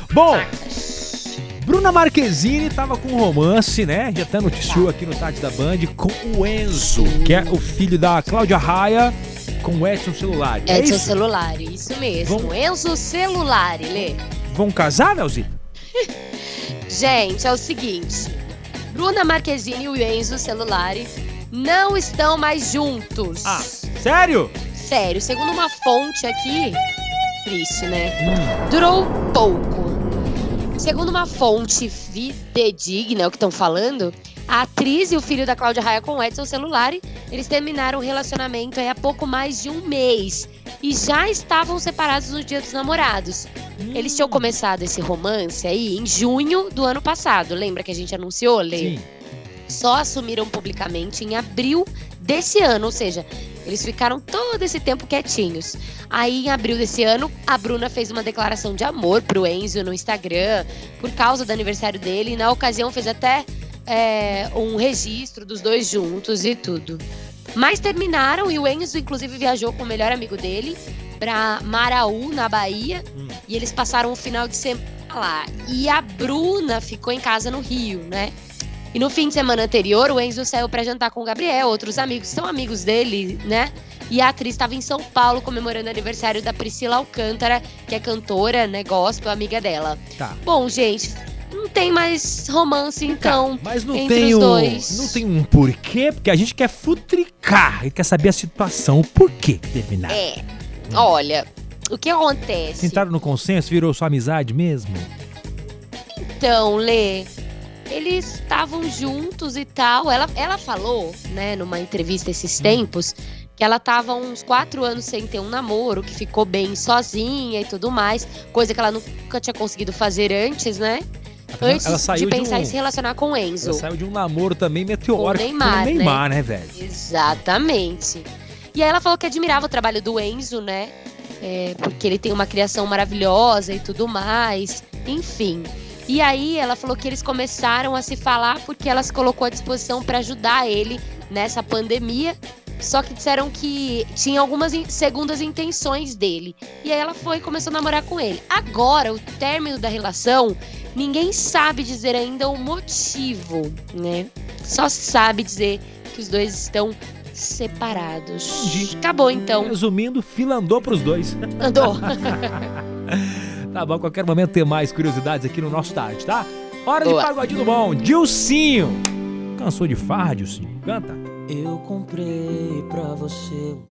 Bom, Bruna Marquezine tava com um romance, né? Já até noticiou aqui no Tarde da Band com o Enzo, que é o filho da Cláudia Raia com o Edson Celulari. Edson Celulari, isso mesmo. Enzo Celulari, Lê. Vão casar, Nelzita? Gente, é o seguinte. Bruna Marquezine e o Enzo Celulari não estão mais juntos. Ah, sério? Sério, segundo uma fonte aqui, triste, né? Durou pouco. Segundo uma fonte fidedigna, é o que estão falando, a atriz e o filho da Cláudia Raia com o Edson Celulari, eles terminaram o relacionamento há pouco mais de um mês e já estavam separados no Dia dos Namorados. Eles tinham começado esse romance aí em junho do ano passado, lembra que a gente anunciou, Lê? Sim. Só assumiram publicamente em abril desse ano, ou seja, eles ficaram todo esse tempo quietinhos. Aí, em abril desse ano, a Bruna fez uma declaração de amor pro Enzo no Instagram, por causa do aniversário dele. E na ocasião fez até um registro dos dois juntos e tudo. Mas terminaram e o Enzo, inclusive, viajou com o melhor amigo dele pra Maraú, na Bahia. E eles passaram o final de semana lá. E a Bruna ficou em casa no Rio, né? E no fim de semana anterior, o Enzo saiu pra jantar com o Gabriel, outros amigos, são amigos dele, né? E a atriz estava em São Paulo comemorando o aniversário da Priscila Alcântara, que é cantora, né, gospel, amiga dela. Tá. Bom, gente, não tem mais romance, então, mas não entre tem os dois. Não tem um porquê, porque a gente quer futricar e quer saber a situação, o porquê que terminaram. Olha, o que acontece? Entraram no consenso, virou sua amizade mesmo? Então, Lê, eles estavam juntos e tal. Ela falou, né, numa entrevista esses tempos, que ela tava uns 4 anos sem ter um namoro, que ficou bem sozinha e tudo mais, coisa que ela nunca tinha conseguido fazer antes, né? Antes ela saiu de pensar em se relacionar com o Enzo. Ela saiu de um namoro também meteórico com o Neymar, né, velho? Exatamente. E aí ela falou que admirava o trabalho do Enzo, né? Porque ele tem uma criação maravilhosa e tudo mais. Enfim. E aí ela falou que eles começaram a se falar porque ela se colocou à disposição para ajudar ele nessa pandemia. Só que disseram que tinha algumas segundas intenções dele. E aí ela foi e começou a namorar com ele. Agora, o término da relação, ninguém sabe dizer ainda o motivo, né? Só sabe dizer que os dois estão separados. Entendi. Acabou, então. Resumindo, fila andou pros dois. Andou. Tá bom, a qualquer momento tem mais curiosidades aqui no nosso Tarde, tá? Hora Boa. de pagodinho bom. Dilcinho. Cansou de farra, Dilcinho? Canta. Eu comprei pra você